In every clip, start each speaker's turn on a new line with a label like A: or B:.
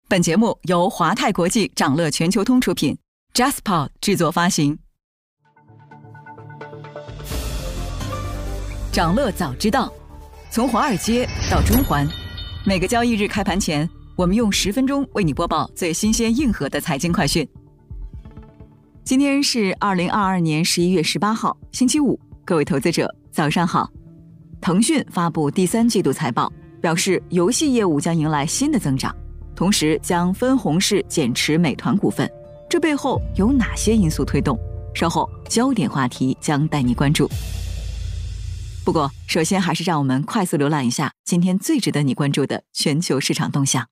A: 本节目由华泰国际掌乐全球通出品 ，JazzPod 制作发行。掌乐早知道，从华尔街到中环，每个交易日开盘前，我们用10分钟为你播报最新鲜硬核的财经快讯。今天是2022年11月18号，星期五，各位投资者早上好。腾讯发布第3季度财报，表示游戏业务将迎来新的增长。同时将分红式减持美团股份，这背后有哪些因素推动？稍后焦点话题将带你关注。不过首先还是让我们快速浏览一下今天最值得你关注的全球市场动向。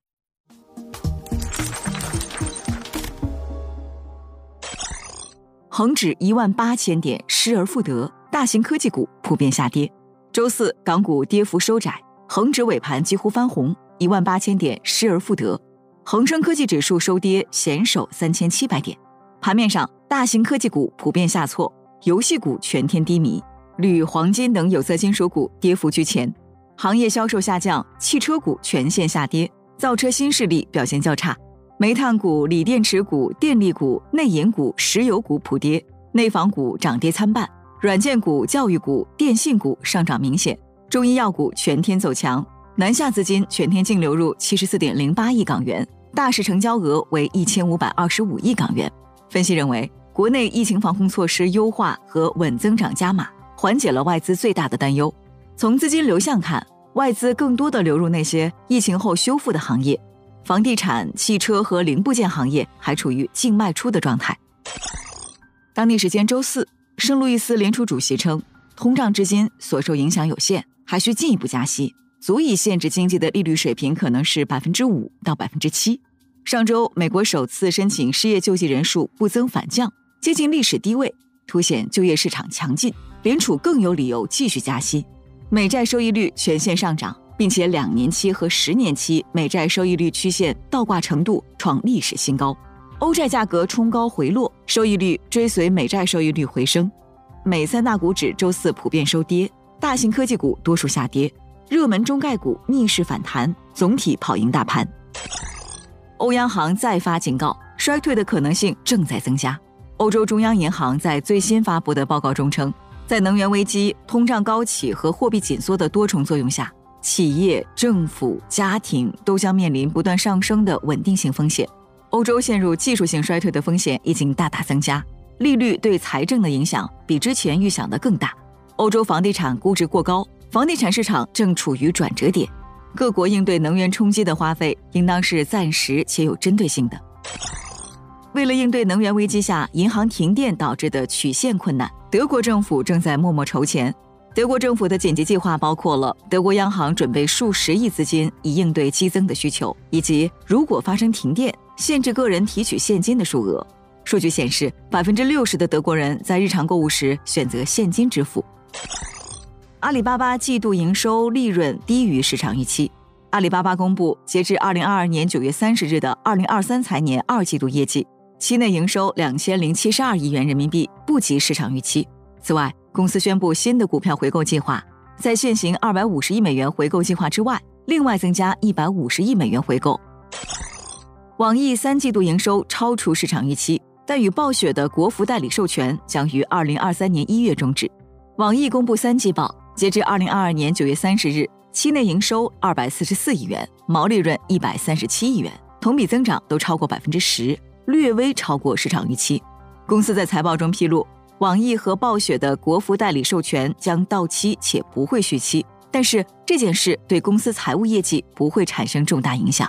A: 恒指18000点失而复得，大型科技股普遍下跌。周四港股跌幅收窄，恒指尾盘几乎翻红，18000点失而复得。恒生科技指数收跌，险守3700点。盘面上，大型科技股普遍下挫，游戏股全天低迷，铝、黄金等有色金属股跌幅居前。行业销售下降，汽车股全线下跌，造车新势力表现较差。煤炭股、锂电池股、电力股、内银股、石油股普跌，内房股涨跌参半。软件股、教育股、电信股上涨明显，中医药股全天走强。南下资金全天净流入 74.08 亿港元，大市成交额为1525亿港元。分析认为，国内疫情防控措施优化和稳增长加码，缓解了外资最大的担忧。从资金流向看，外资更多的流入那些疫情后修复的行业，房地产、汽车和零部件行业还处于净卖出的状态。当地时间周四，圣路易斯联储主席称，通胀至今所受影响有限，还需进一步加息。足以限制经济的利率水平可能是 5% 到 7%。 上周美国首次申请失业救济人数不增反降，接近历史低位，凸显就业市场强劲，联储更有理由继续加息。美债收益率全线上涨，并且2年期和10年期美债收益率曲线倒挂程度创历史新高。欧债价格冲高回落，收益率追随美债收益率回升。美3大股指周四普遍收跌，大型科技股多数下跌，热门中概股逆势反弹，总体跑赢大盘。欧央行再发警告，衰退的可能性正在增加。欧洲中央银行在最新发布的报告中称，在能源危机、通胀高企和货币紧缩的多重作用下，企业、政府、家庭都将面临不断上升的稳定性风险。欧洲陷入技术性衰退的风险已经大大增加，利率对财政的影响比之前预想的更大。欧洲房地产估值过高，房地产市场正处于转折点，各国应对能源冲击的花费应当是暂时且有针对性的。为了应对能源危机下银行停电导致的取现困难，德国政府正在默默筹钱。德国政府的紧急计划包括了德国央行准备数十亿资金以应对激增的需求，以及如果发生停电，限制个人提取现金的数额。数据显示， 60% 的德国人在日常购物时选择现金支付。阿里巴巴季度营收利润低于市场预期。阿里巴巴公布截至2022年9月30日的2023财年2季度业绩，期内营收2072亿元人民币，不及市场预期。此外，公司宣布新的股票回购计划，在现行250亿美元回购计划之外，另外增加150亿美元回购。网易3季度营收超出市场预期，但与暴雪的国服代理授权将于2023年1月终止。网易公布3季报，截至2022年9月30日，期内营收244亿元，毛利润137亿元，同比增长都超过 10%， 略微超过市场预期。公司在财报中披露，网易和暴雪的国服代理授权将到期且不会续期，但是这件事对公司财务业绩不会产生重大影响。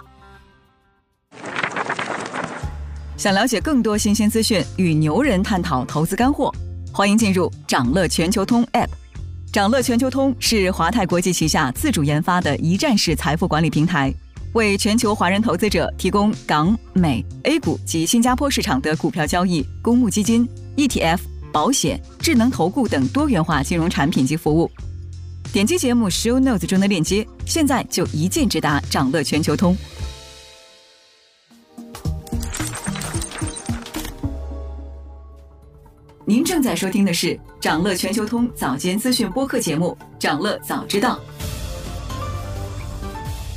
A: 想了解更多新鲜资讯，与牛人探讨投资干货，欢迎进入掌乐全球通 App。 掌乐全球通是华泰国际旗下自主研发的一站式财富管理平台，为全球华人投资者提供港、美、A 股及新加坡市场的股票交易、公募基金、ETF、保险、智能投顾等多元化金融产品及服务。点击节目 Show Notes 中的链接，现在就一键直达掌乐全球通。您正在收听的是掌乐全球通早间资讯播客节目《掌乐早知道》。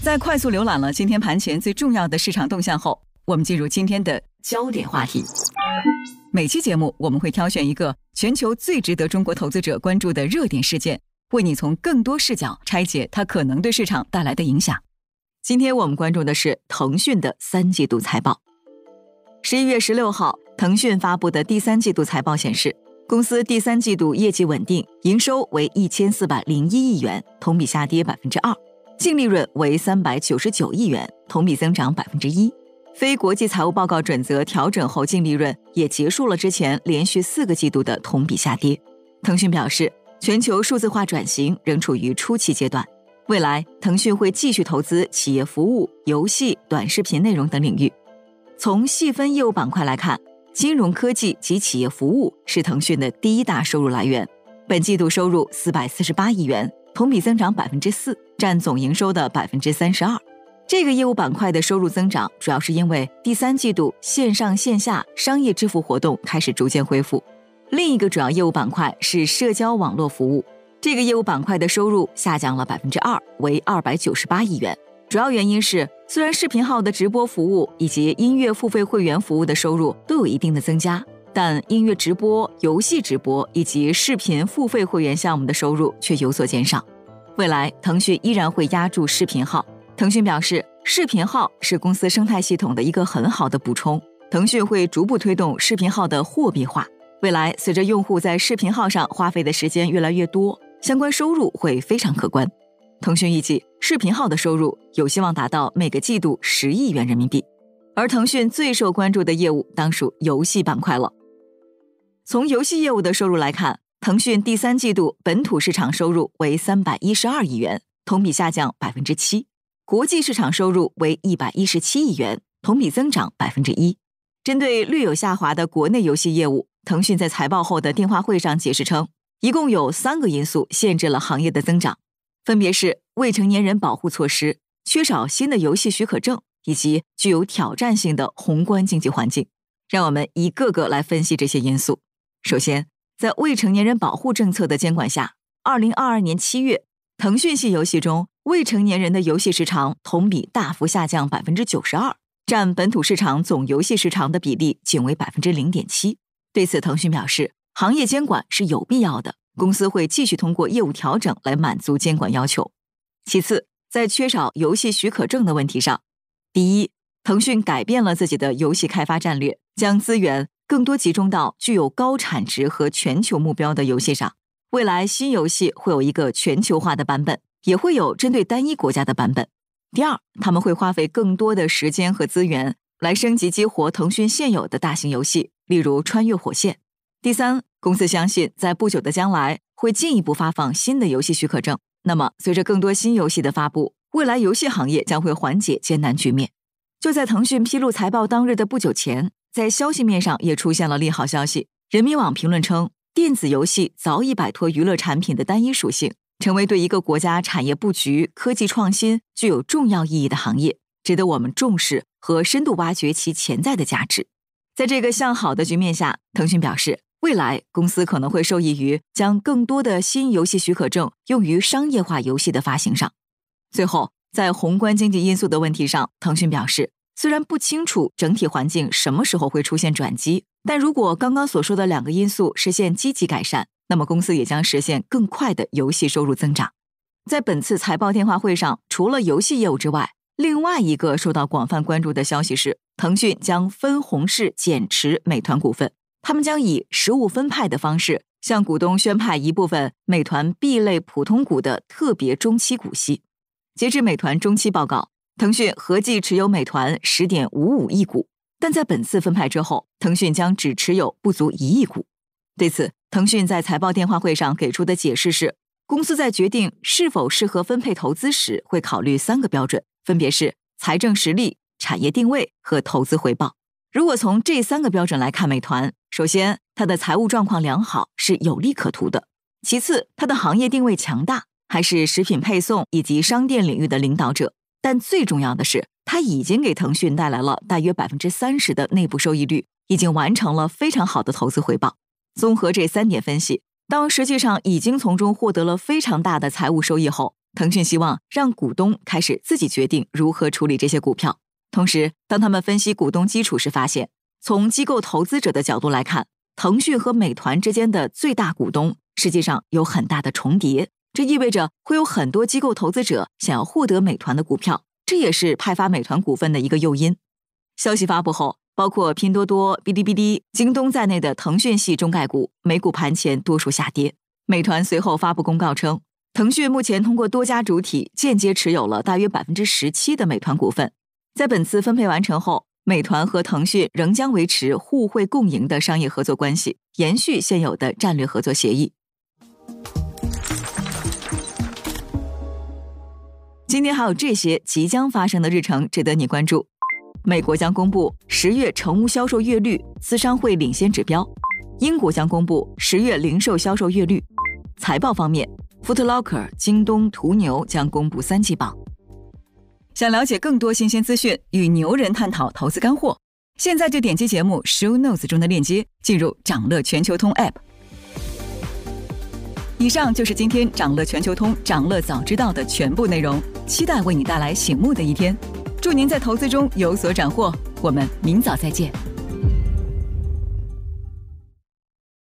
A: 在快速浏览了今天盘前最重要的市场动向后，我们进入今天的焦点话题。每期节目我们会挑选一个全球最值得中国投资者关注的热点事件，为你从更多视角拆解它可能对市场带来的影响。今天我们关注的是腾讯的3季度财报。11月16号，腾讯发布的第3季度财报显示，公司第3季度业绩稳定，营收为1401亿元，同比下跌 2%， 净利润为399亿元，同比增长 1%。 非国际财务报告准则调整后，净利润也结束了之前连续4个季度的同比下跌。腾讯表示，全球数字化转型仍处于初期阶段，未来腾讯会继续投资企业服务、游戏、短视频内容等领域。从细分业务板块来看，金融科技及企业服务是腾讯的第一大收入来源，本季度收入448亿元，同比增长 4%， 占总营收的 32%。 这个业务板块的收入增长主要是因为第3季度线上线下商业支付活动开始逐渐恢复。另一个主要业务板块是社交网络服务，这个业务板块的收入下降了 2%， 为298亿元。主要原因是，虽然视频号的直播服务以及音乐付费会员服务的收入都有一定的增加，但音乐直播、游戏直播以及视频付费会员项目的收入却有所减少。未来腾讯依然会押注视频号。腾讯表示，视频号是公司生态系统的一个很好的补充，腾讯会逐步推动视频号的货币化。未来随着用户在视频号上花费的时间越来越多，相关收入会非常可观。腾讯预计视频号的收入有希望达到每个季度10亿元人民币。而腾讯最受关注的业务当属游戏板块了。从游戏业务的收入来看，腾讯第3季度本土市场收入为312亿元，同比下降 7%， 国际市场收入为117亿元，同比增长 1%。 针对略有下滑的国内游戏业务，腾讯在财报后的电话会上解释称，一共有3个因素限制了行业的增长，分别是未成年人保护措施、缺少新的游戏许可证以及具有挑战性的宏观经济环境。让我们一个个来分析这些因素。首先，在未成年人保护政策的监管下，2022年7月，腾讯系游戏中未成年人的游戏时长同比大幅下降 92%， 占本土市场总游戏时长的比例仅为 0.7%。 对此，腾讯表示，行业监管是有必要的，公司会继续通过业务调整来满足监管要求。其次，在缺少游戏许可证的问题上，第一，腾讯改变了自己的游戏开发战略，将资源更多集中到具有高产值和全球目标的游戏上。未来新游戏会有一个全球化的版本，也会有针对单一国家的版本。第二，他们会花费更多的时间和资源来升级激活腾讯现有的大型游戏，例如穿越火线。第三，公司相信在不久的将来会进一步发放新的游戏许可证。那么随着更多新游戏的发布，未来游戏行业将会缓解艰难局面。就在腾讯披露财报当日的不久前，在消息面上也出现了利好消息。人民网评论称，电子游戏早已摆脱娱乐产品的单一属性，成为对一个国家产业布局、科技创新具有重要意义的行业，值得我们重视和深度挖掘其潜在的价值。在这个向好的局面下，腾讯表示，未来公司可能会受益于将更多的新游戏许可证用于商业化游戏的发行上。最后，在宏观经济因素的问题上，腾讯表示，虽然不清楚整体环境什么时候会出现转机，但如果刚刚所说的2个因素实现积极改善，那么公司也将实现更快的游戏收入增长。在本次财报电话会上，除了游戏业务之外，另外一个受到广泛关注的消息是，腾讯将分红式减持美团股份，他们将以实物分派的方式向股东宣派一部分美团 B 类普通股的特别中期股息。截至美团中期报告，腾讯合计持有美团 10.55 亿股，但在本次分派之后，腾讯将只持有不足1亿股。对此，腾讯在财报电话会上给出的解释是，公司在决定是否适合分配投资时会考虑3个标准，分别是财政实力、产业定位和投资回报。如果从这3个标准来看美团，首先，它的财务状况良好，是有利可图的；其次，它的行业定位强大，还是食品配送以及商店领域的领导者。但最重要的是，它已经给腾讯带来了大约 30% 的内部收益率，已经完成了非常好的投资回报。综合这3点分析，当实际上已经从中获得了非常大的财务收益后， 腾讯希望让股东开始自己决定如何处理这些股票。同时，当他们分析股东基础时发现，从机构投资者的角度来看，腾讯和美团之间的最大股东实际上有很大的重叠，这意味着会有很多机构投资者想要获得美团的股票，这也是派发美团股份的一个诱因。消息发布后，包括拼多多、哔哩哔哩、京东在内的腾讯系中概股美股盘前多数下跌。美团随后发布公告称，腾讯目前通过多家主体间接持有了大约 17% 的美团股份。在本次分配完成后，美团和腾讯仍将维持互惠共赢的商业合作关系，延续现有的战略合作协议。今天还有这些即将发生的日程值得你关注。美国将公布10月成屋销售月率，资商会领先指标。英国将公布10月零售销售月率。财报方面， Foot Locker、京东、途牛将公布3季报。想了解更多新鲜资讯，与牛人探讨投资干货，现在就点击节目 Show Notes 中的链接，进入掌乐全球通 App。以上就是今天掌乐全球通掌乐早知道的全部内容，期待为你带来醒目的一天。祝您在投资中有所斩获，我们明早再见。